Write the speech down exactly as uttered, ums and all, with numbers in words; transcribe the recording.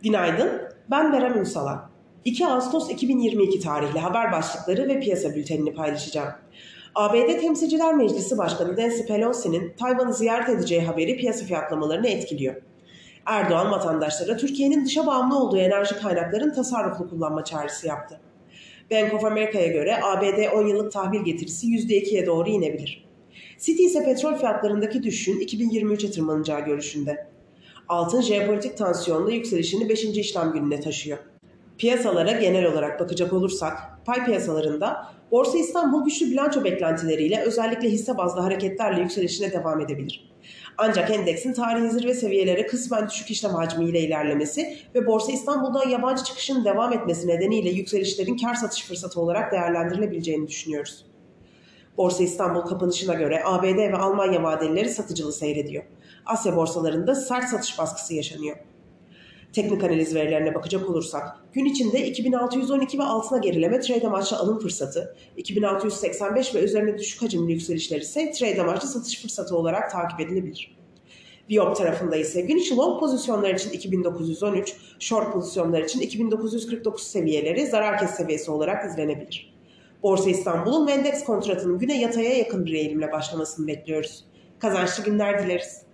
Günaydın, ben Berem Ünsalan. iki Ağustos iki bin yirmi iki tarihli haber başlıkları ve piyasa bültenini paylaşacağım. A B D Temsilciler Meclisi Başkanı Nancy Pelosi'nin Tayvan'ı ziyaret edeceği haberi piyasa fiyatlamalarını etkiliyor. Erdoğan vatandaşlara Türkiye'nin dışa bağımlı olduğu enerji kaynaklarını tasarruflu kullanma çağrısı yaptı. Bank of America'ya göre A B D on yıllık tahvil getirisi yüzde ikiye doğru inebilir. Citi ise petrol fiyatlarındaki düşüşün iki bin yirmi üçe tırmanacağı görüşünde. Altın jeopolitik tansiyonla yükselişini beşinci işlem gününe taşıyor. Piyasalara genel olarak bakacak olursak, pay piyasalarında Borsa İstanbul güçlü bilanço beklentileriyle özellikle hisse bazlı hareketlerle yükselişine devam edebilir. Ancak endeksin tarihi zirve seviyelere kısmen düşük işlem hacmiyle ilerlemesi ve Borsa İstanbul'dan yabancı çıkışın devam etmesi nedeniyle yükselişlerin kar satış fırsatı olarak değerlendirilebileceğini düşünüyoruz. Borsa İstanbul kapanışına göre A B D ve Almanya vadelileri satıcılı seyrediyor. Asya borsalarında sert satış baskısı yaşanıyor. Teknik analiz verilerine bakacak olursak, gün içinde iki bin altı yüz on iki ve altına gerileme trade amaçlı alım fırsatı, iki bin altı yüz seksen beş ve üzerine düşük hacimli yükselişler ise trade amaçlı satış fırsatı olarak takip edilebilir. Viyop tarafında ise gün içi long pozisyonlar için iki bin dokuz yüz on üç, short pozisyonlar için iki bin dokuz yüz kırk dokuz seviyeleri zarar kes seviyesi olarak izlenebilir. Borsa İstanbul'un ve endeks kontratının güne yataya yakın bir eğilimle başlamasını bekliyoruz. Kazançlı günler dileriz.